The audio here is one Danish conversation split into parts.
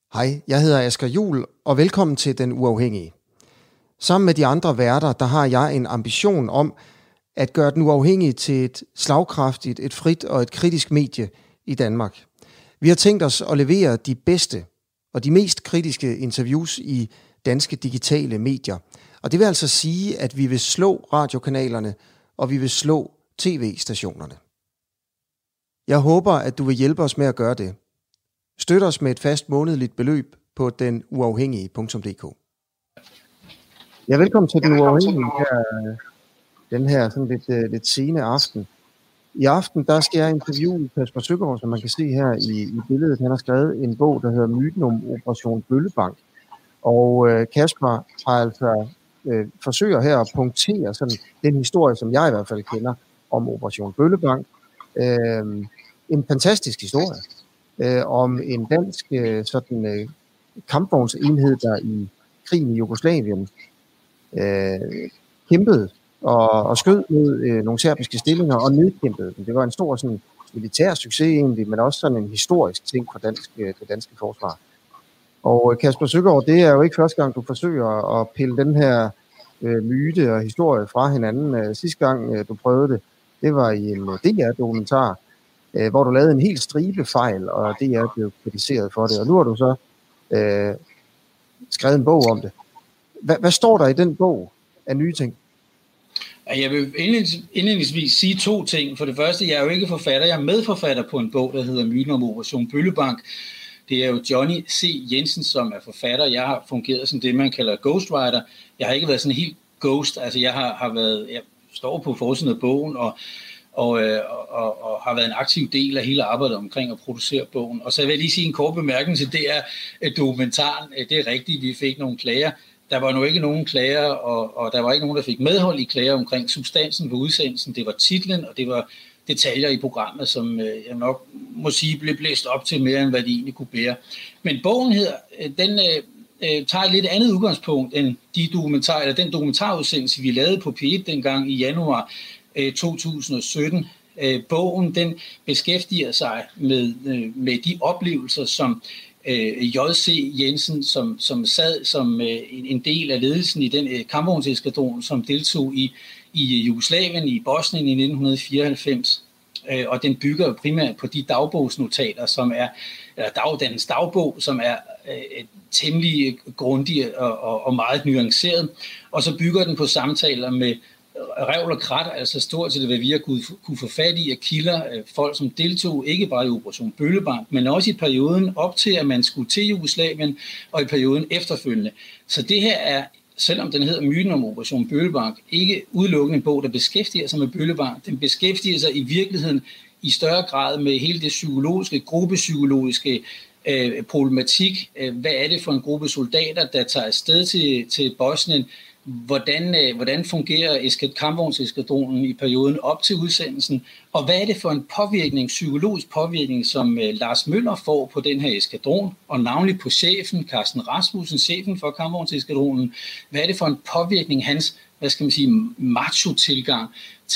Hej, jeg hedder Asger Juhl, og velkommen til Den Uafhængige. Sammen med de andre værter, der har jeg en ambition om at gøre Den Uafhængige til et slagkraftigt, et frit og et kritisk medie i Danmark. Vi har tænkt os at levere de bedste og de mest kritiske interviews i danske digitale medier. Og det vil altså sige, at vi vil slå radiokanalerne, og vi vil slå tv-stationerne. Jeg håber, at du vil hjælpe os med at gøre det. Støt os med et fast månedligt beløb på denuafhængige.dk. Ja, velkommen til Den Uafhængige den her sådan lidt sene aften. I aften, der skal jeg interviewe Kasper Søgaard, som man kan se her i billedet. Han har skrevet en bog, der hedder Myten om Operation Bøllebank. Og Kasper har altså forsøger her at punktere sådan den historie, som jeg i hvert fald kender om Operation Bøllebank. En fantastisk historie. Om en dansk kampvognsenhed, der i krigen i Jugoslavien kæmpede og skød mod nogle serbiske stillinger og nedkæmpede dem. Det var en stor sådan, militær succes egentlig, men også sådan en historisk ting for det danske forsvar. Og Kasper Søgaard, det er jo ikke første gang, du forsøger at pille den her myte og historie fra hinanden. Sidste gang du prøvede det var i en DR-dokumentar, hvor du lavede en helt stribe fejl, og DR blev kritiseret for det. Og nu har du så skrevet en bog om det. Hvad står der i den bog af nye ting? Jeg vil indledningsvis sige to ting. For det første, jeg er jo ikke forfatter. Jeg er medforfatter på en bog, der hedder Myten om Operation Bøllebank. Det er jo Johnny C. Jensen, som er forfatter. Jeg har fungeret som det, man kalder ghostwriter. Jeg har ikke været sådan helt ghost. Altså, jeg står på forsiden af bogen, og har været en aktiv del af hele arbejdet omkring at producere bogen. Og så vil jeg lige sige en kort bemærkning til det er dokumentaren. Det er rigtigt, vi fik nogle klager. Der var nu ikke nogen klager, og der var ikke nogen, der fik medhold i klager omkring substansen på udsendelsen. Det var titlen, og det var detaljer i programmet, som jeg nok må sige blev blæst op til mere, end hvad de egentlig kunne bære. Men bogen den tager et lidt andet udgangspunkt end den dokumentarudsendelse, vi lavede på P1 dengang i januar 2017. Bogen den beskæftiger sig med de oplevelser, som J.C. Jensen, som sad som en del af ledelsen i den kampvognseskadron, som deltog i Jugoslavien, i Bosnien i 1994. Og den bygger primært på de dagbogsnotater, som er dens dagbog, som er temmelig grundig og meget nuanceret. Og så bygger den på samtaler med revl og krat, altså stort set hvad vi har kunne få fat i af kilder, folk som deltog ikke bare i Operation Bøllebank, men også i perioden op til, at man skulle til Jugoslavien, og i perioden efterfølgende. Så det her er, selvom den hedder Myten om Operation Bøllebank, ikke udelukkende en bog, der beskæftiger sig med Bøllebank. Den beskæftiger sig i virkeligheden i større grad med hele det psykologiske, gruppepsykologiske problematik. Hvad er det for en gruppe soldater, der tager afsted til Bosnien? Hvordan fungerer kampvognseskadronen i perioden op til udsendelsen, og hvad er det for en påvirkning, psykologisk påvirkning, som Lars Møller får på den her eskadron, og navnlig på chefen, Carsten Rasmussen, chefen for kampvognseskadronen. Hvad er det for en påvirkning, hans, macho-tilgang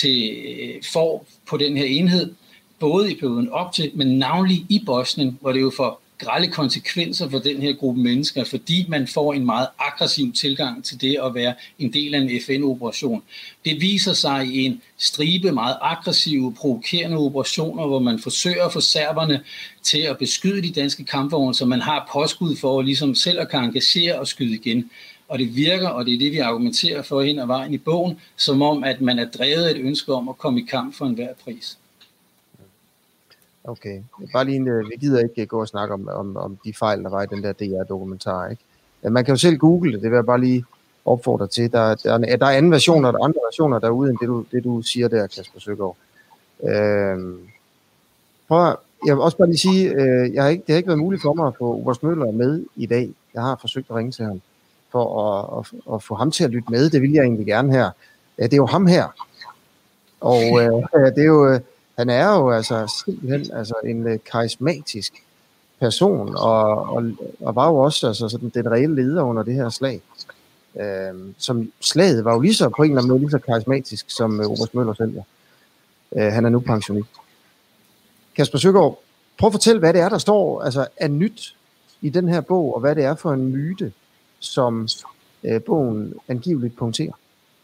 får på den her enhed, både i perioden op til, men navnlig i Bosnien, hvor det jo får grelle konsekvenser for den her gruppe mennesker, fordi man får en meget aggressiv tilgang til det at være en del af en FN-operation. Det viser sig i en stribe meget aggressive, provokerende operationer, hvor man forsøger at få serberne til at beskyde de danske kampvogne, så man har påskud for ligesom selv at kan engagere og skyde igen. Og det virker, og det er det, vi argumenterer for hen ad vejen i bogen, som om, at man er drevet af et ønske om at komme i kamp for enhver pris. Okay, bare lige vi gider ikke gå og snakke om de fejl, der var i den der DR-dokumentar, ikke? Man kan jo selv google det vil jeg bare lige opfordre til. Der er anden versioner, der er andre versioner derude, end det du siger der, Kasper Søgaard. Jeg vil også bare lige sige, det har ikke været muligt for mig at få Oberst Møller med i dag. Jeg har forsøgt at ringe til ham, for at få ham til at lytte med. Det vil jeg egentlig gerne her. Det er jo ham her. Og det er jo... Han er jo altså simpelthen en karismatisk person, og var jo også altså, sådan, den reelle leder under det her slag. Som slaget var jo lige så på en eller anden måde lige så karismatisk som Oberst Møller selv. Han er nu pensionist. Kasper Søgaard, prøv at fortælle, hvad det er, der står altså, er nyt i den her bog, og hvad det er for en myte, som bogen angiveligt punkterer?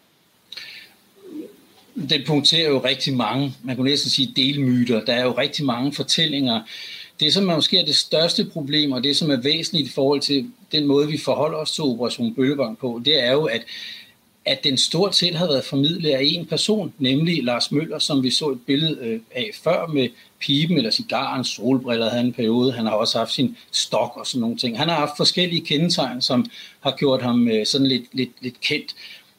Den punkterer jo rigtig mange, man kunne næsten sige delmyter. Der er jo rigtig mange fortællinger. Det, som måske er det største problem, og det, som er væsentligt i forhold til den måde, vi forholder os til Operation Bøllebank på, det er jo, at den stort set har været formidlet af en person, nemlig Lars Møller, som vi så et billede af før med piben eller cigaren, solbriller havde en periode. Han har også haft sin stok og sådan nogle ting. Han har haft forskellige kendetegn, som har gjort ham sådan lidt kendt.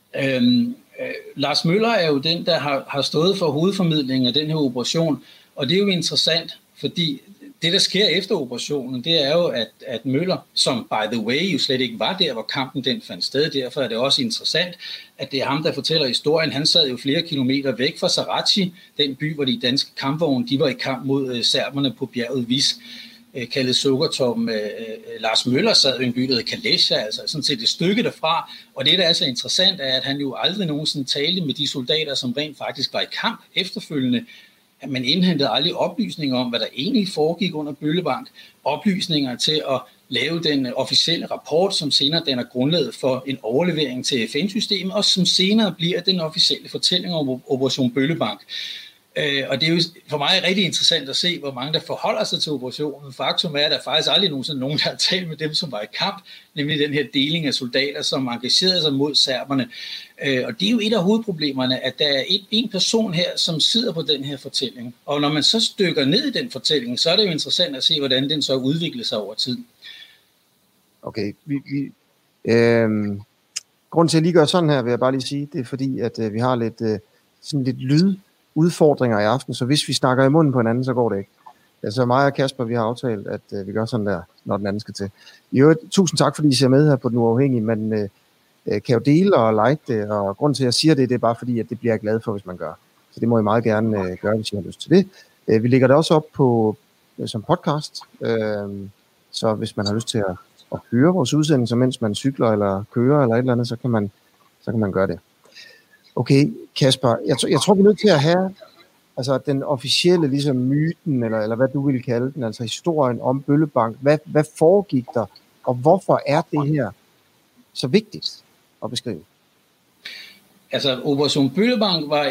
Lars Møller er jo den, der har stået for hovedformidlingen af den her operation, og det er jo interessant, fordi det, der sker efter operationen, det er jo, at Møller, som by the way jo slet ikke var der, hvor kampen den fandt sted, derfor er det også interessant, at det er ham, der fortæller historien. Han sad jo flere kilometer væk fra Saraci, den by, hvor de danske kampvogne, de var i kamp mod serberne på bjerget Vis, kaldet Sukkertoppen. Lars Møller sad i en by, der hed Kalesja, altså sådan set et stykke derfra, og det, der er så interessant, er, at han jo aldrig nogensinde talte med de soldater, som rent faktisk var i kamp efterfølgende. At man indhentede aldrig oplysninger om, hvad der egentlig foregik under Bøllebank. Oplysninger til at lave den officielle rapport, som senere danner grundlaget for en overlevering til FN-systemet, og som senere bliver den officielle fortælling om Operation Bøllebank. Og det er jo for mig rigtig interessant at se, hvor mange der forholder sig til operationen. Faktum er, at der faktisk aldrig nogen, der har talt med dem, som var i kamp, nemlig den her deling af soldater, som engagerede sig mod serberne. Og det er jo et af hovedproblemerne, at der er en person her, som sidder på den her fortælling. Og når man så stykker ned i den fortælling, så er det jo interessant at se, hvordan den så udvikler sig over tid. Okay, grunden til at lige gøre sådan her, vil jeg bare lige sige, det er fordi, at vi har lidt lydudfordringer i aften, så hvis vi snakker i munden på hinanden, så går det ikke. Altså mig og Kasper, vi har aftalt, at vi gør sådan der, når den anden skal til. I øvrigt, tusind tak, fordi I ser med her på Den Uafhængige, men kan jo dele og like det, og grunden til, at jeg siger det, det er bare fordi, at det bliver jeg glad for, hvis man gør. Så det må I meget gerne gøre, hvis I har lyst til det. Vi lægger det også op som podcast, så hvis man har lyst til at høre vores udsendelser, mens man cykler eller kører eller et eller andet, så kan man gøre det. Okay, Kasper, jeg tror, vi er nødt til at have altså den officielle ligesom myten, eller hvad du vil kalde den, altså historien om Bøllebank. Hvad foregik der, og hvorfor er det her så vigtigt at beskrive? Altså, Operation Bøllebank var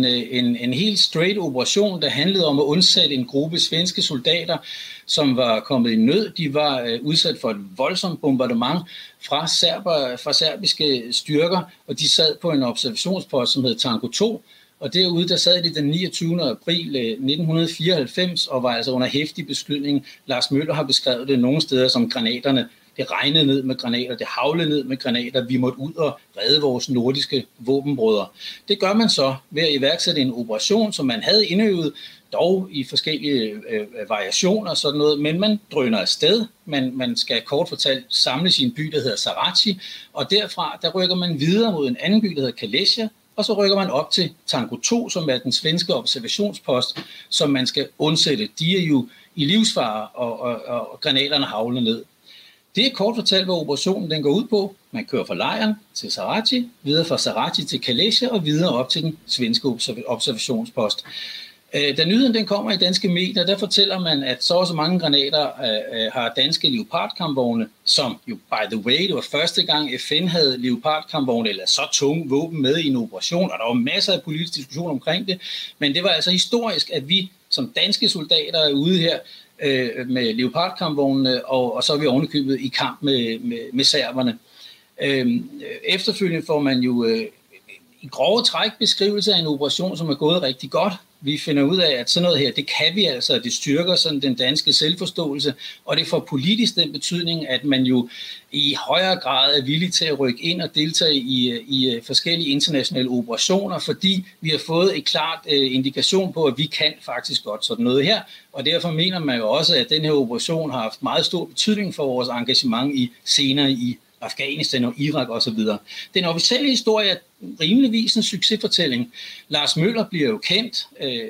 en helt straight operation, der handlede om at undsætte en gruppe svenske soldater, som var kommet i nød. De var udsat for et voldsomt bombardement fra serbiske styrker, og de sad på en observationspost, som hed Tango 2. Og derude, der sad de den 29. april 1994 og var altså under heftig beskydning. Lars Møller har beskrevet det nogle steder som granaterne. Det regnede ned med granater, det havlede ned med granater. Vi måtte ud og redde vores nordiske våbenbrødre. Det gør man så ved at iværksætte en operation, som man havde indøvet, dog i forskellige variationer og sådan noget, men man drøner afsted. Man skal kort fortalt samles i en by, der hedder Saraci, og derfra der rykker man videre mod en anden by, der hedder Kalesja, og så rykker man op til Tango 2, som er den svenske observationspost, som man skal undsætte. De er jo i livsfare, og granaterne havler ned. Det er kort fortalt, hvad operationen den går ud på. Man kører fra lejren til Saraci, videre fra Saraci til Kalesja og videre op til den svenske observationspost. Da nyheden den kommer i danske medier, der fortæller man, at så mange granater har danske Leopard-kampvogne, som jo, by the way, det var første gang FN havde Leopard-kampvogne eller så tunge våben med i en operation, og der var masser af politisk diskussion omkring det, men det var altså historisk, at vi som danske soldater er ude her med Leopard-kampvognene, og så er vi ovenikøbet i kamp med serberne. Efterfølgende får man jo i grove træk beskrivelse af en operation, som er gået rigtig godt. Vi finder ud af, at sådan noget her, det kan vi altså, det styrker sådan den danske selvforståelse, og det får politisk den betydning, at man jo i højere grad er villig til at rykke ind og deltage i forskellige internationale operationer, fordi vi har fået et klart indikation på, at vi kan faktisk godt sådan noget her, og derfor mener man jo også, at den her operation har haft meget stor betydning for vores engagement senere i Afghanistan og Irak osv. Den officielle historie er rimeligvis en succesfortælling. Lars Møller bliver jo kendt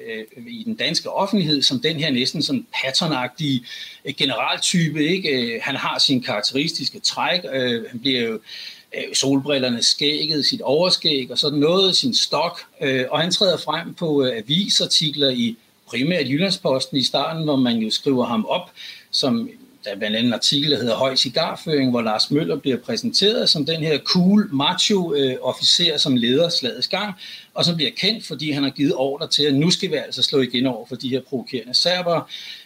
i den danske offentlighed som den her næsten sådan patternagtige generaltype. Ikke? Han har sine karakteristiske træk. Han bliver jo solbrillerne, skægget, sit overskæg og sådan noget, sin stok. Og han træder frem på avisartikler i primært Jyllandsposten i starten, hvor man jo skriver ham op som der er blandt andet en artikel, der hedder Høj cigarføring, hvor Lars Møller bliver præsenteret som den her cool macho-officer, som leder slagets gang, og som bliver kendt, fordi han har givet ordre til, at nu skal vi altså slå igen over for de her provokerende serbere.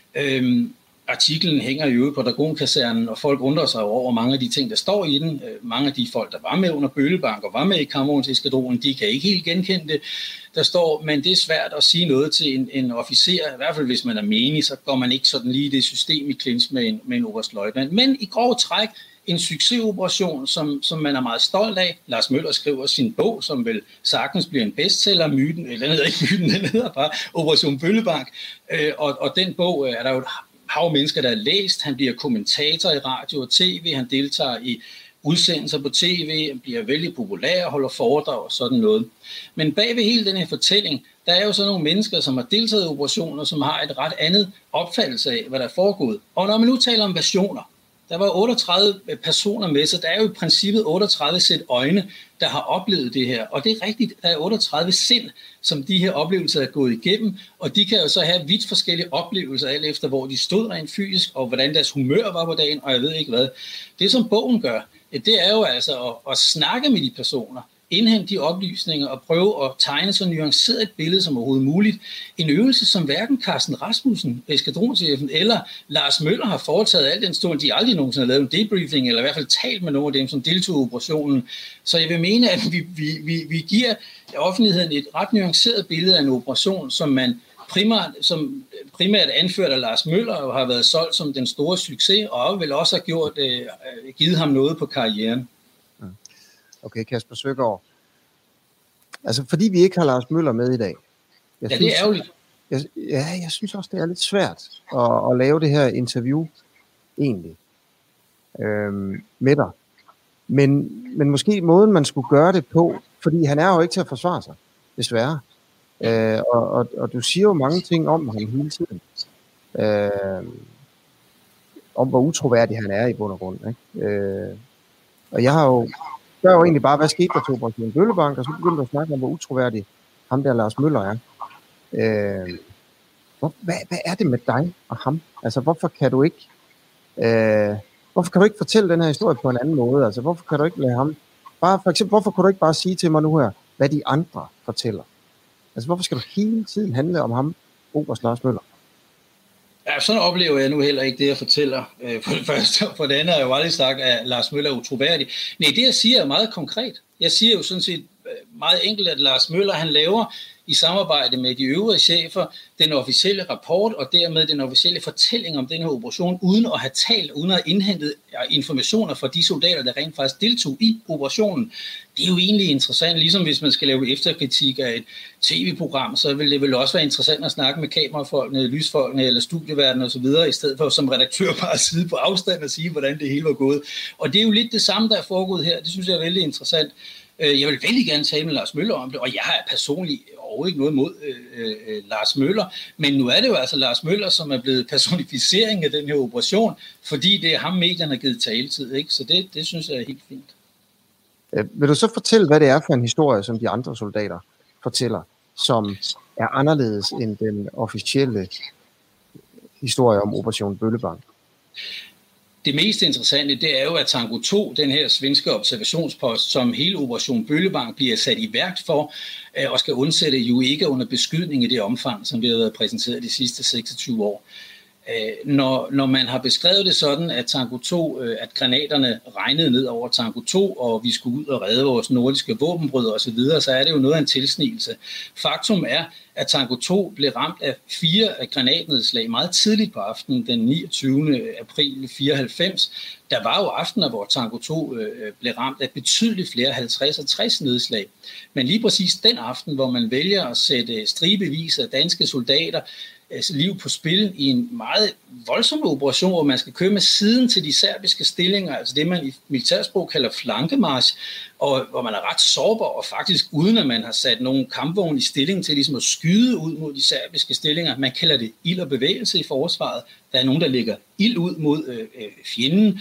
Artiklen hænger jo på Dragonkasernen, og folk undrer sig over mange af de ting, der står i den. Mange af de folk, der var med under Bøllebank og var med i Kamerons-eskadronen, de kan ikke helt genkende det, der står, men det er svært at sige noget til en officer, i hvert fald hvis man er menig, så går man ikke sådan lige det system i clinch med en oberstløjtnant. Men i grov træk en succesoperation, som man er meget stolt af. Lars Møller skriver sin bog, som vel sagtens bliver en bestseller, myten, eller den hedder ikke myten, den hedder bare Operation Bøllebank, og den bog er der jo hav mennesker, der har læst. Han bliver kommentator i radio og tv, han deltager i udsendelser på tv, han bliver vældig populær og holder foredrag og sådan noget. Men bag ved hele den her fortælling, der er jo så nogle mennesker, som har deltaget i operationer, som har et ret andet opfattelse af, hvad der er foregået. Og når man nu taler om versioner, der var 38 personer med, så der er jo i princippet 38 sæt øjne, der har oplevet det her. Og det er rigtigt, der er 38 sind, som de her oplevelser er gået igennem, og de kan jo så have vidt forskellige oplevelser, alt efter hvor de stod rent fysisk, og hvordan deres humør var på dagen, og jeg ved ikke hvad. Det som bogen gør, det er jo altså at snakke med de personer, indhente de oplysninger og prøve at tegne så nuanceret et billede som overhovedet muligt. En øvelse, som hverken Carsten Rasmussen, eskadronschefen, eller Lars Møller har foretaget al den stund. De aldrig nogensinde har lavet en debriefing, eller i hvert fald talt med nogle af dem, som deltog i operationen. Så jeg vil mene, at vi giver offentligheden et ret nuanceret billede af en operation, som primært anført af Lars Møller, og har været solgt som den store succes, og vil også have givet ham noget på karrieren. Okay, Kasper Søgaard. Altså, fordi vi ikke har Lars Møller med i dag. Det er ærgerligt. Jeg synes også, det er lidt svært at lave det her interview, egentlig, med dig. Men måske måden, man skulle gøre det på, fordi han er jo ikke til at forsvare sig, desværre. Og du siger jo mange ting om ham hele tiden. Om hvor utroværdig han er i bund og grund. Ikke? Og jeg har jo egentlig bare, hvad skete der til Operation Bøllebank, og så begyndte jeg at snakke om, hvor utroværdig ham der Lars Møller er. Hvad er det med dig og ham? Altså, hvorfor kan du ikke fortælle den her historie på en anden måde? Altså, hvorfor kan du ikke lade ham... for eksempel, hvorfor kan du ikke bare sige til mig nu her, hvad de andre fortæller? Altså, hvorfor skal du hele tiden handle om ham, oberst Lars Møller? Ja, sådan oplever jeg nu heller ikke det, jeg fortæller. For det første, og for det andet har jeg jo aldrig sagt, at Lars Møller er utroværdig. Nej, det jeg siger er meget konkret. Jeg siger jo sådan set meget enkelt, at Lars Møller, han laver i samarbejde med de øvrige chefer den officielle rapport og dermed den officielle fortælling om den her operation, uden at have talt, uden at have indhentet informationer fra de soldater, der rent faktisk deltog i operationen. Det er jo egentlig interessant, ligesom hvis man skal lave efterkritik af et tv-program, så vil det vel også være interessant at snakke med kamerafolkene, lysfolkene eller studieverdenen osv., i stedet for som redaktør bare at sidde på afstand og sige, hvordan det hele var gået. Og det er jo lidt det samme, der er foregået her. Det synes jeg er vældig interessant. Jeg vil vældig gerne tale med Lars Møller om det, og jeg har personligt overhovedet ikke noget mod Lars Møller, men nu er det jo altså Lars Møller, som er blevet personificering af den her operation, fordi det er ham, medierne har givet taletid, ikke? Så det synes jeg er helt fint. Vil du så fortælle, hvad det er for en historie, som de andre soldater fortæller, som er anderledes end den officielle historie om Operation Bøllebank? Det mest interessante, det er jo, at Tango 2, den her svenske observationspost, som hele Operation Bøllebank bliver sat i værk for, og skal undsætte jo ikke under beskydning i det omfang, som vi har været præsenteret de sidste 26 år. Når man har beskrevet det sådan, at Tango 2, at granaterne regnede ned over Tango 2, og vi skulle ud og redde vores nordiske våbenbrødre osv., så er det jo noget af en tilsnigelse. Faktum er, at Tango 2 blev ramt af 4 granatnedslag meget tidligt på aftenen, den 29. april 94. Der var jo aftener, hvor Tango 2 blev ramt af betydeligt flere 50 og 60 nedslag. Men lige præcis den aften, hvor man vælger at sætte stribevis af danske soldater liv på spil i en meget voldsom operation, hvor man skal køre med siden til de serbiske stillinger, altså det man i militærsprog kalder flankemarch, og hvor man er ret sårbar, og faktisk uden at man har sat nogle kampvogne i stilling til ligesom at skyde ud mod de serbiske stillinger. Man kalder det ild og bevægelse i forsvaret. Der er nogen, der lægger ild ud mod fjenden,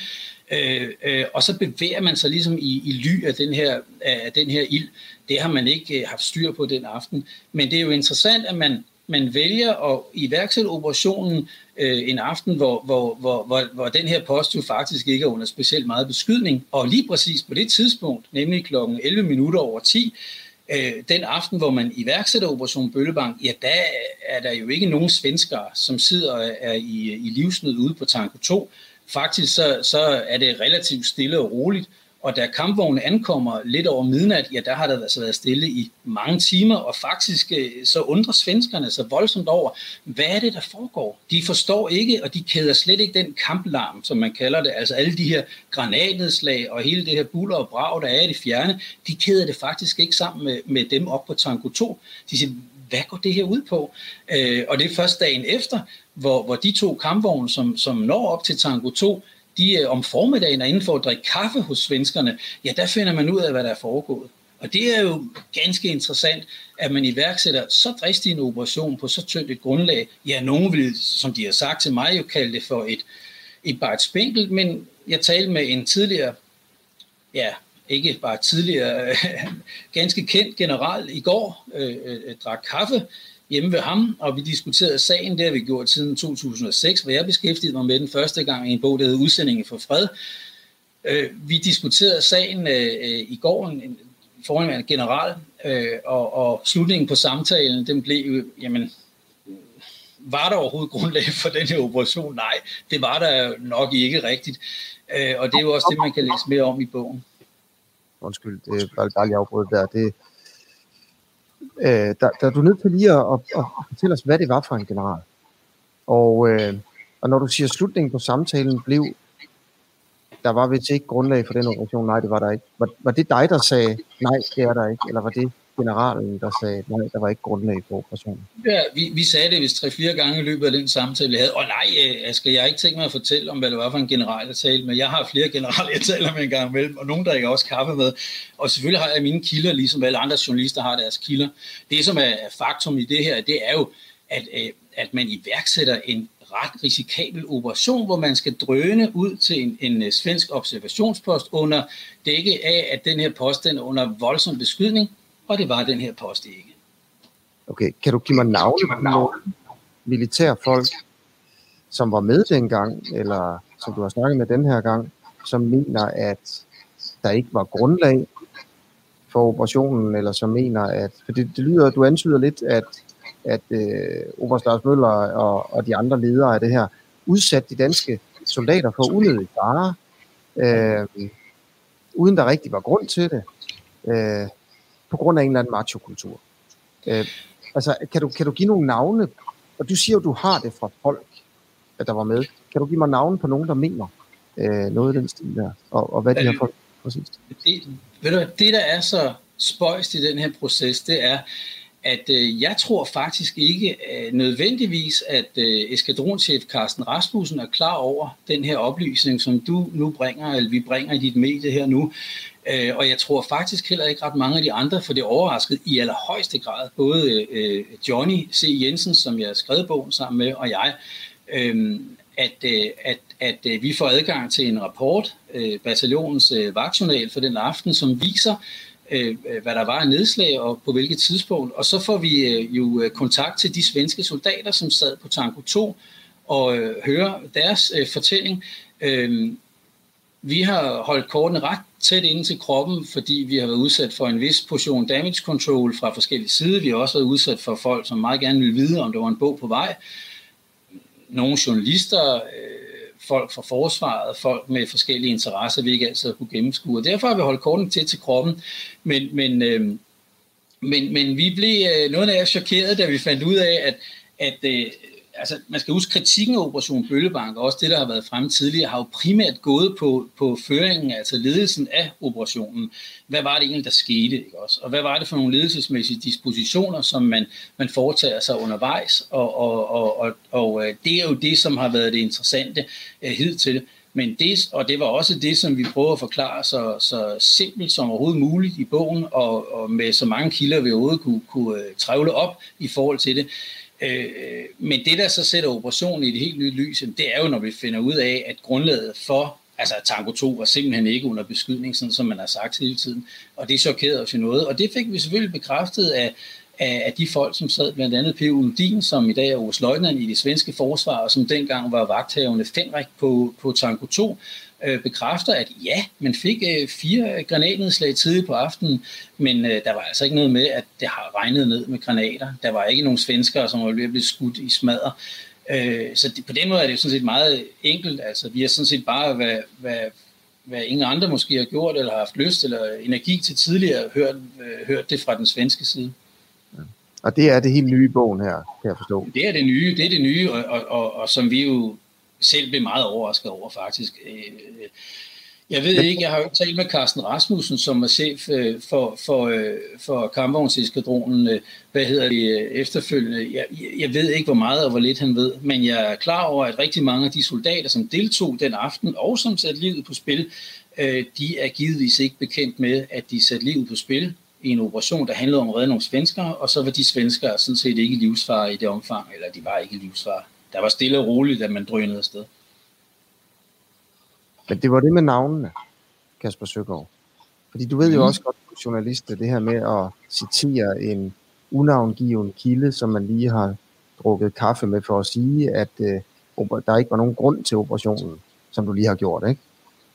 og så bevæger man sig ligesom i ly af den her ild. Det har man ikke haft styr på den aften. Men det er jo interessant, at man vælger at iværksætte operationen en aften, hvor den her post jo faktisk ikke er under specielt meget beskydning. Og lige præcis på det tidspunkt, nemlig klokken 11 minutter over 10, den aften, hvor man iværksætter Operation Bøllebank, ja, der er der jo ikke nogen svenskere, som sidder og er i livsnød ude på Tango 2. Faktisk så er det relativt stille og roligt, og da kampvogne ankommer lidt over midnat, ja, der har der altså været stille i mange timer, og faktisk så undrer svenskerne sig voldsomt over, hvad er det, der foregår? De forstår ikke, og de kæder slet ikke den kamplarm, som man kalder det, altså alle de her granatnedslag og hele det her buller og brag, der er i det fjerne, de kæder det faktisk ikke sammen med dem op på Tango 2. De siger, hvad går det her ud på? Og det er først dagen efter, hvor de to kampvogne, som når op til Tango 2, de om formiddagen er inde for at drikke kaffe hos svenskerne, ja, der finder man ud af, hvad der er foregået. Og det er jo ganske interessant, at man iværksætter så dristig en operation på så tyndt et grundlag. Ja, nogen vil, som de har sagt til mig, jo kalde det for bare et spinkel, men jeg talte med en tidligere, ja, ikke bare tidligere, ganske kendt general i går, drak kaffe hjemme ved ham, og vi diskuterede sagen, det har vi gjort siden 2006, hvor jeg beskæftigede mig med den første gang i en bog, der hedder Udsendingen for fred. Vi diskuterede sagen i går, en forhåndværende general, og slutningen på samtalen, den blev, jamen, var der overhovedet grundlag for den her operation? Nej, det var der nok ikke rigtigt, og det er jo også det, man kan læse mere om i bogen. Undskyld, det var dejligt afbrudt der. Der er du nødt til lige at fortælle os, hvad det var for en general. Og når du siger slutningen på samtalen blev, der var vist ikke grundlag for den operation, nej, det var der ikke. Var det dig, der sagde, nej, det er der ikke, eller var det generalen, der sagde, nej, der var ikke grundlag for operationen? Ja, vi sagde det vist 3-4 gange i løbet af den samtale, vi havde. Og nej, Asger, jeg har ikke tænkt mig at fortælle om, hvad det var for en general, jeg talte med. Jeg har flere generaler, jeg taler med en gang imellem, og nogen, der ikke også kaffe med. Og selvfølgelig har jeg mine kilder, ligesom alle andre journalister har deres kilder. Det, som er faktum i det her, det er jo, at man iværksætter en ret risikabel operation, hvor man skal drøne ud til en svensk observationspost under dække af, at den her post den er under voldsom beskydning, og det var den her post ikke. Okay, kan du give mig navne på nogle militærfolk, som var med dengang, eller som du har snakket med den her gang, som mener, at der ikke var grundlag for operationen, eller som mener, at... For det lyder, du antyder lidt, at oberst Lars Møller og de andre ledere af det her udsatte de danske soldater for unødig fare, uden der rigtig var grund til det, på grund af en eller anden machokultur. Altså, kan du give nogle navne? Og du siger jo, du har det fra folk, at der var med. Kan du give mig navne på nogen, der mener noget i den stil der? Og hvad de har folk præcis? Det, der er så spøjst i den her proces, det er, at jeg tror faktisk ikke nødvendigvis, at eskadronschef Carsten Rasmussen er klar over den her oplysning, som du nu bringer, eller vi bringer i dit medie her nu. Og jeg tror faktisk heller ikke ret mange af de andre, for det overraskede i allerhøjeste grad både Johnny C. Jensen, som jeg har skrevet bogen sammen med, og jeg, at vi får adgang til en rapport, bataljonens vagtjournal for den aften, som viser, hvad der var af nedslag og på hvilket tidspunkt. Og så får vi jo kontakt til de svenske soldater, som sad på Tango 2 og hører deres fortælling. Vi har holdt kortene ret tæt inde til kroppen, fordi vi har været udsat for en vis portion damage control fra forskellige sider. Vi har også været udsat for folk, som meget gerne ville vide, om der var en bog på vej. Nogle journalister, folk fra forsvaret, folk med forskellige interesser, vi ikke altid kunne gennemskue. Og derfor har vi holdt kortene tæt til kroppen. Men vi blev noget af chokeret, da vi fandt ud af, at altså, man skal huske, kritikken af Operation Bøllebank, og også det, der har været fremme tidligere, har jo primært gået på føringen, altså ledelsen af operationen. Hvad var det egentlig, der skete? Ikke også? Og hvad var det for nogle ledelsesmæssige dispositioner, som man foretager sig undervejs? Og det er jo det, som har været det interessante hidtil. Men det var også det, som vi prøver at forklare så simpelt som overhovedet muligt i bogen, og med så mange kilder, vi overhovedet kunne trævle op i forhold til det. Men det, der så sætter operationen i et helt nyt lys, det er jo, når vi finder ud af, at grundlaget for, altså Tango 2 var simpelthen ikke under beskydning, sådan som man har sagt hele tiden. Og det chokerede os jo noget. Og det fik vi selvfølgelig bekræftet af de folk, som sad blandt andet P.O. Nordin, som i dag er oberstløjtnant i det svenske forsvar, og som dengang var vagthavende Fenrik på Tango 2, bekræfter, at ja, man fik 4 granatnedslag tidligt på aftenen, men der var altså ikke noget med, at det har regnet ned med granater. Der var ikke nogen svenskere, som var ved at blive skudt i smadder. Så på den måde er det jo sådan set meget enkelt. Altså, vi har sådan set bare, hvad ingen andre måske har gjort, eller har haft lyst eller energi til tidligere, hørt det fra den svenske side. Ja. Og det er det helt nye i bogen her, kan jeg forstå. Det er det nye, og som vi jo selv blev meget overrasket over, faktisk. Jeg ved ikke, jeg har jo talt med Carsten Rasmussen, som er chef for kampvognseskadronen, efterfølgende. Jeg ved ikke, hvor meget og hvor lidt han ved, men jeg er klar over, at rigtig mange af de soldater, som deltog den aften, og som satte livet på spil, de er givetvis ikke bekendt med, at de satte livet på spil i en operation, der handlede om at redde nogle svenskere, og så var de svenskere sådan set ikke livsfare i det omfang, eller de var ikke livsfare. Der var stille og roligt, da man drønede afsted. Men det var det med navnene, Kasper Søgaard. Fordi du ved jo også godt, som journalist, det her med at citere en unavngiven kilde, som man lige har drukket kaffe med for at sige, at der ikke var nogen grund til operationen, som du lige har gjort, ikke?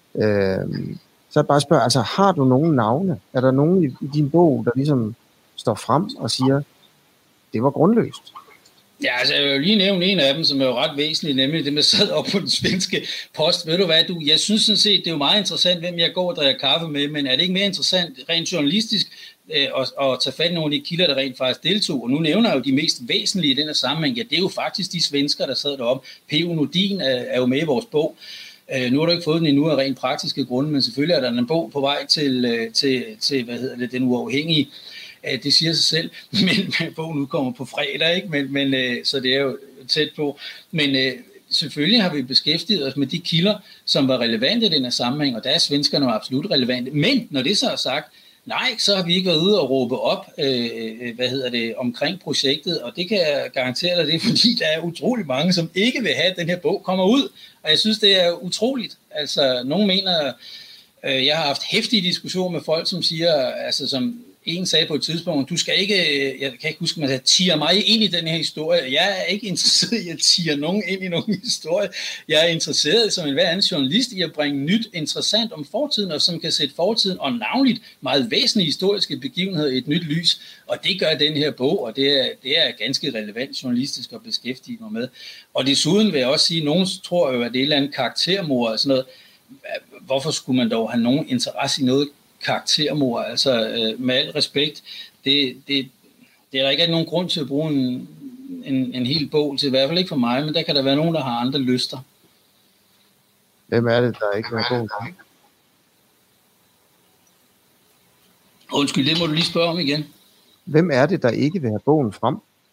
Så jeg bare spørger, altså har du nogen navne? Er der nogen i din bog, der ligesom står frem og siger, det var grundløst? Ja, altså jeg vil lige nævne en af dem, som er jo ret væsentlig, nemlig det med sad op på den svenske post. Ved du hvad, jeg synes sådan set, det er jo meget interessant, hvem jeg går og drikker kaffe med, men er det ikke mere interessant rent journalistisk at tage fat i nogle af de kilder, der rent faktisk deltog? Og nu nævner jeg jo de mest væsentlige i den her sammenhæng. Ja, det er jo faktisk de svenskere, der sad deroppe. P.O. Nordin er jo med i vores bog. Nu har du ikke fået den endnu af rent praktiske grunde, men selvfølgelig er der en bog på vej til den uafhængige. Det siger sig selv, men bogen udkommer på fredag, ikke? Men så det er jo tæt på. Men selvfølgelig har vi beskæftiget os med de kilder, som var relevante i den her sammenhæng, og der er svenskerne jo absolut relevante. Men når det så er sagt, nej, så har vi ikke været ude og råbe op omkring projektet, og det kan jeg garantere dig, det er fordi, der er utrolig mange, som ikke vil have, at den her bog kommer ud. Og jeg synes, det er utroligt. Altså, nogen mener, jeg har haft heftige diskussioner med folk, som siger, altså som en sagde på et tidspunkt, du skal ikke, jeg kan ikke huske, man sagde, tiger mig ind i den her historie. Jeg er ikke interesseret i at tiger nogen ind i nogen historie. Jeg er interesseret som enhver anden journalist i at bringe nyt interessant om fortiden, og som kan sætte fortiden og navnligt meget væsentlige historiske begivenheder i et nyt lys. Og det gør den her bog, og det er ganske relevant journalistisk at beskæftige mig med. Og desuden vil jeg også sige, at nogen tror jo, at det er et eller andet karaktermord og sådan noget. Hvorfor skulle man dog have nogen interesse i noget karaktermord? Altså med al respekt, det er der ikke nogen grund til at bruge en hel bog til, i hvert fald ikke for mig, men der kan der være nogen, der har andre lyster. Hvem er det, der ikke vil have bogen frem? Undskyld, det må du lige spørge om igen. Hvem er det, der ikke vil have bogen frem?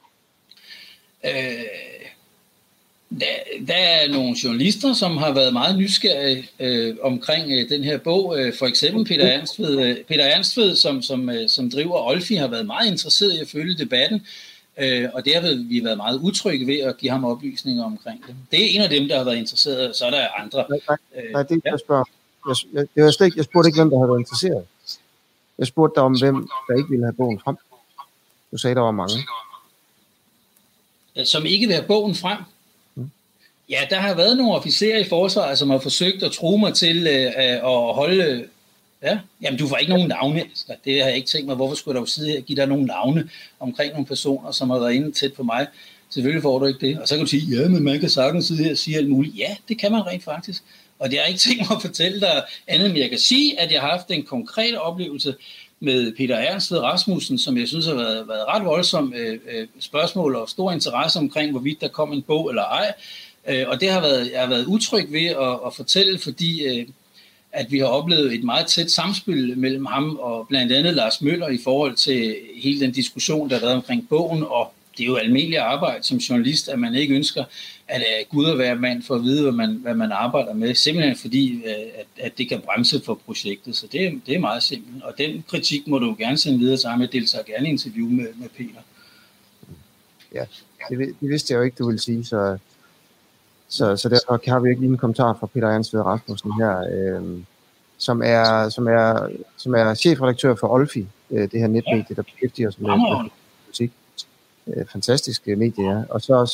Der er nogle journalister, som har været meget nysgerrige omkring den her bog. For eksempel Peter Ernstved, som driver Olfi, har været meget interesseret i at følge debatten. Og det har vi været meget utrygge ved at give ham oplysninger omkring det. Det er en af dem, der har været interesseret, så er der andre. Nej, det jeg spørger. Jeg spurgte ikke, hvem der har været interesseret. Jeg spurgte dig om, hvem der ikke ville have bogen frem. Du sagde, der var mange. Som ikke vil have bogen frem? Ja, der har været nogle officerer i forsvaret, som har forsøgt at true mig til at holde... Ja, jamen du får ikke nogen navne. Altså. Det har jeg ikke tænkt mig. Hvorfor skulle der jo sidde her og give dig nogle navne omkring nogle personer, som har været inde tæt på mig? Selvfølgelig får du ikke det. Og så kan du sige, ja, men man kan sagtens sidde her og sige alt muligt. Ja, det kan man rent faktisk. Og det har jeg ikke tænkt mig at fortælle dig andet, men jeg kan sige, at jeg har haft en konkret oplevelse med Peter Ernstved Rasmussen, som jeg synes har været ret voldsom spørgsmål og stor interesse omkring, hvorvidt der kom en bog eller ej. Og det jeg har været utryg ved at fortælle, fordi at vi har oplevet et meget tæt samspil mellem ham og blandt andet Lars Møller i forhold til hele den diskussion, der har været omkring bogen, og det er jo almindeligt arbejde som journalist, at man ikke ønsker, at Gud og hver mand for at vide, hvad man arbejder med, simpelthen fordi, at det kan bremse for projektet. Så det er meget simpelt, og den kritik må du gerne sende videre til ham. Jeg deltager gerne i interview med Peter. Ja, det vidste jeg jo ikke, du ville sige, så derfor har vi ikke lige en kommentar fra Peter Ernstved Rasmussen her, som er chefredaktør for Olfi, det her netmedie, der beskæftiger sig med politik. Fantastisk medie, ja. Og så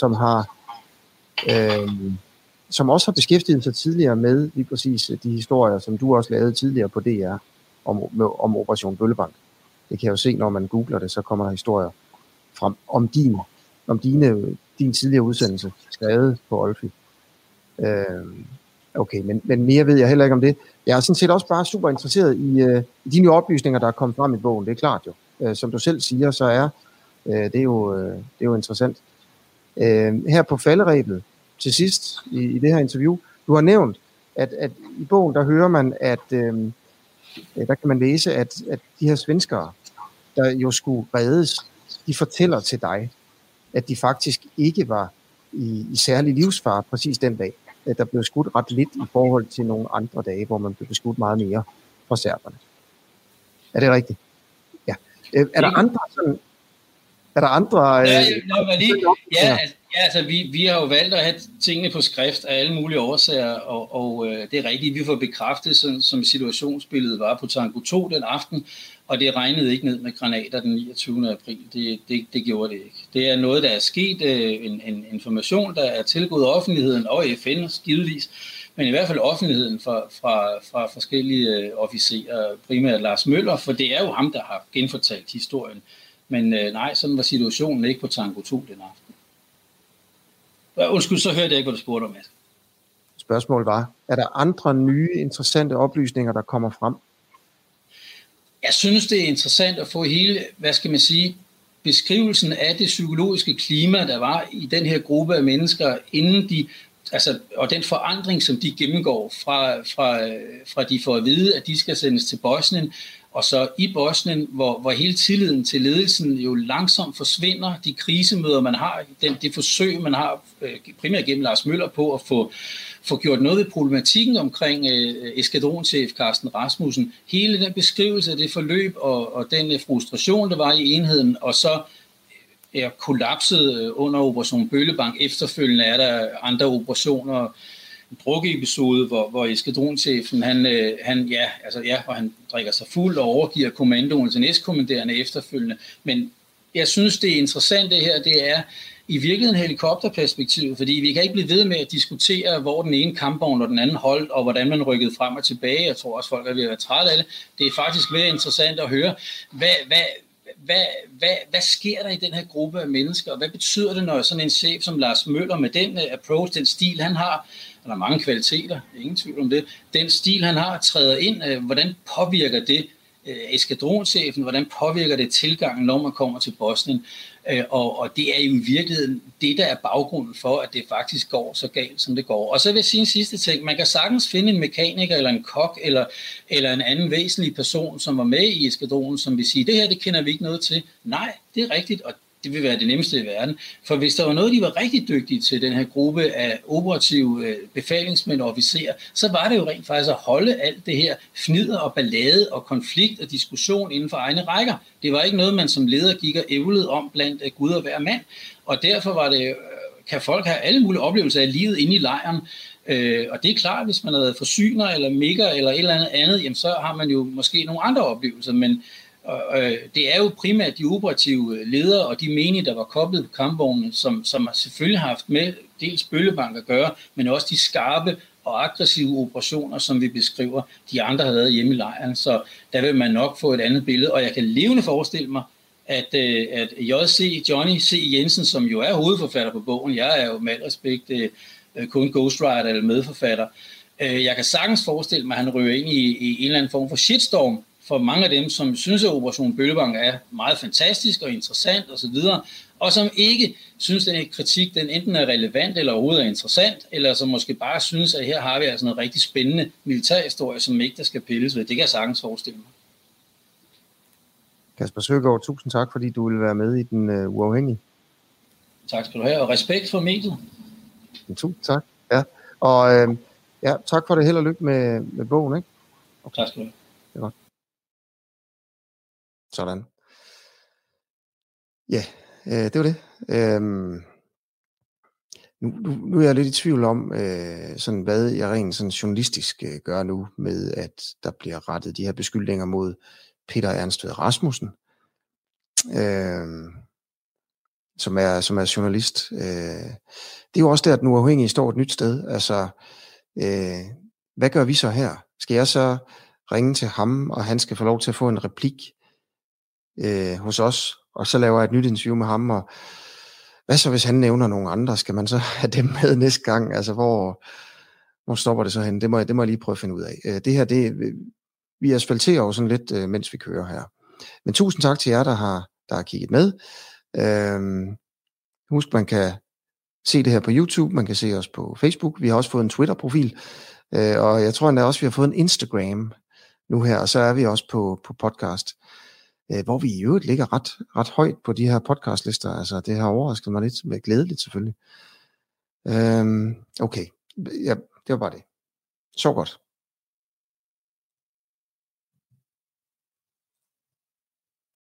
som også har beskæftiget sig tidligere med lige præcis de historier, som du også lavede tidligere på DR om Operation Bøllebank. Det kan jeg jo se, når man googler det, så kommer der historier frem om din tidligere udsendelse, skrevet på Olfi. Okay, men mere ved jeg heller ikke om det. Jeg er sådan set også bare super interesseret i de nye oplysninger, der er kommet frem i bogen. Det er klart jo. Som du selv siger, så er det er jo interessant. Her på falderebet til sidst i det her interview, du har nævnt, at i bogen, der hører man, at der kan man læse, at de her svenskere, der jo skulle reddes, de fortæller til dig, at de faktisk ikke var i særlig livsfare præcis den dag. At der blev skudt ret lidt i forhold til nogle andre dage, hvor man blev skudt meget mere fra serberne. Er det rigtigt? Ja. Er der andre sådan... Er der andre... Altså vi har jo valgt at have tingene på skrift af alle mulige årsager, og det er rigtigt, vi får bekræftet, som situationsbilledet var på Tango 2 den aften, og det regnede ikke ned med granater den 29. april. Det gjorde det ikke. Det er noget, der er sket, en information, der er tilgået offentligheden og FN givetvis, men i hvert fald offentligheden fra forskellige officerer, primært Lars Møller, for det er jo ham, der har genfortalt historien. Men nej, sådan var situationen ikke på Tango 2 den aften. Undskyld, så hørte jeg ikke, hvad du spurgte om. Spørgsmålet var, er der andre nye interessante oplysninger, der kommer frem? Jeg synes, det er interessant at få hele, beskrivelsen af det psykologiske klima, der var i den her gruppe af mennesker, inden og den forandring, som de gennemgår fra de får at vide, at de skal sendes til Bosnien, og så i Bosnien, hvor hele tilliden til ledelsen jo langsomt forsvinder, de krisemøder, man har, det forsøg, man har, primært gennem Lars Møller på at få gjort noget ved problematikken omkring eskadronchef Carsten Rasmussen. Hele den beskrivelse af det forløb og den frustration, der var i enheden, og så er kollapset under Operation Bøllebank. Efterfølgende er der andre operationer, en drukkeepisode, hvor eskadronchefen, han drikker sig fuld og overgiver kommandoen til næstkommanderende efterfølgende. Men jeg synes, det er interessant det her, det er i virkeligheden helikopterperspektiv, fordi vi kan ikke blive ved med at diskutere, hvor den ene kampvogn og den anden holdt, og hvordan man rykkede frem og tilbage. Jeg tror også, folk er ved at være trætte af det. Det er faktisk mere interessant at høre, hvad sker der i den her gruppe af mennesker? Hvad betyder det, når sådan en chef som Lars Møller med den approach, den stil han har, der er mange kvaliteter, ingen tvivl om det, den stil han har, træder ind, hvordan påvirker det eskadronchefen, hvordan påvirker det tilgangen, når man kommer til Bosnien? Og det er jo i virkeligheden det, der er baggrunden for, at det faktisk går så galt, som det går. Og så vil jeg sige en sidste ting. Man kan sagtens finde en mekaniker eller en kok eller en anden væsentlig person, som var med i eskadronen, som vil sige, det her, det kender vi ikke noget til. Nej, det er rigtigt, og det vil være det nemmeste i verden. For hvis der var noget, de var rigtig dygtige til, den her gruppe af operative befalingsmænd og officerer, så var det jo rent faktisk at holde alt det her fnidder og ballade og konflikt og diskussion inden for egne rækker. Det var ikke noget, man som leder gik og ævlede om blandt Gud og hver mand. Og derfor var det, kan folk have alle mulige oplevelser af livet inde i lejren. Og det er klart, hvis man har været forsyner eller migger eller et eller andet, jamen, så har man jo måske nogle andre oplevelser, men det er jo primært de operative ledere og de menige, der var koblet på kampvognene, som har selvfølgelig haft med dels Bøllebank at gøre, men også de skarpe og aggressive operationer, som vi beskriver, de andre har været hjemme i lejren. Så der vil man nok få et andet billede, og jeg kan levende forestille mig, at Johnny C. Jensen, som jo er hovedforfatter på bogen, jeg er jo med al respekt kun ghostwriter eller medforfatter, jeg kan sagtens forestille mig, at han ryger ind i en eller anden form for shitstorm, for mange af dem, som synes, at Operation Bøllebank er meget fantastisk og interessant osv., og som ikke synes, at den kritik den enten er relevant eller overhovedet er interessant, eller som måske bare synes, at her har vi altså noget rigtig spændende militærhistorie, som ikke der skal pilles ved. Det kan jeg sagtens forestille mig. Kasper Søgaard, tusind tak, fordi du ville være med i Den Uafhængige. Tak skal du have, og respekt for mediet. Tusind tak. Ja. Og tak for det. Held og lykke med bogen, ikke? Okay. Tak skal du have. Det er godt. Sådan. Ja, det var det. Nu er jeg lidt i tvivl om, sådan, hvad jeg rent sådan journalistisk gør nu, med at der bliver rettet de her beskyldninger mod Peter Ernst Ved Rasmussen. som er journalist. Det er jo også der, at Den Uafhængige står et nyt sted. Altså, hvad gør vi så her? Skal jeg så ringe til ham, og han skal få lov til at få en replik hos os, og så laver jeg et nyt interview med ham, og hvad så, hvis han nævner nogle andre? Skal man så have dem med næste gang? Altså, hvor stopper det så hen? Det må jeg lige prøve at finde ud af. Det her, vi asfalterer jo sådan lidt, mens vi kører her. Men tusind tak til jer, der har kigget med. Husk, man kan se det her på YouTube, man kan se os på Facebook. Vi har også fået en Twitter-profil, og jeg tror endda også, vi har fået en Instagram nu her, og så er vi også på podcast, hvor vi i øvrigt ligger ret højt på de her podcastlister. Altså, det har overrasket mig lidt, med glædeligt selvfølgelig. Okay, ja, det var bare det. Så godt.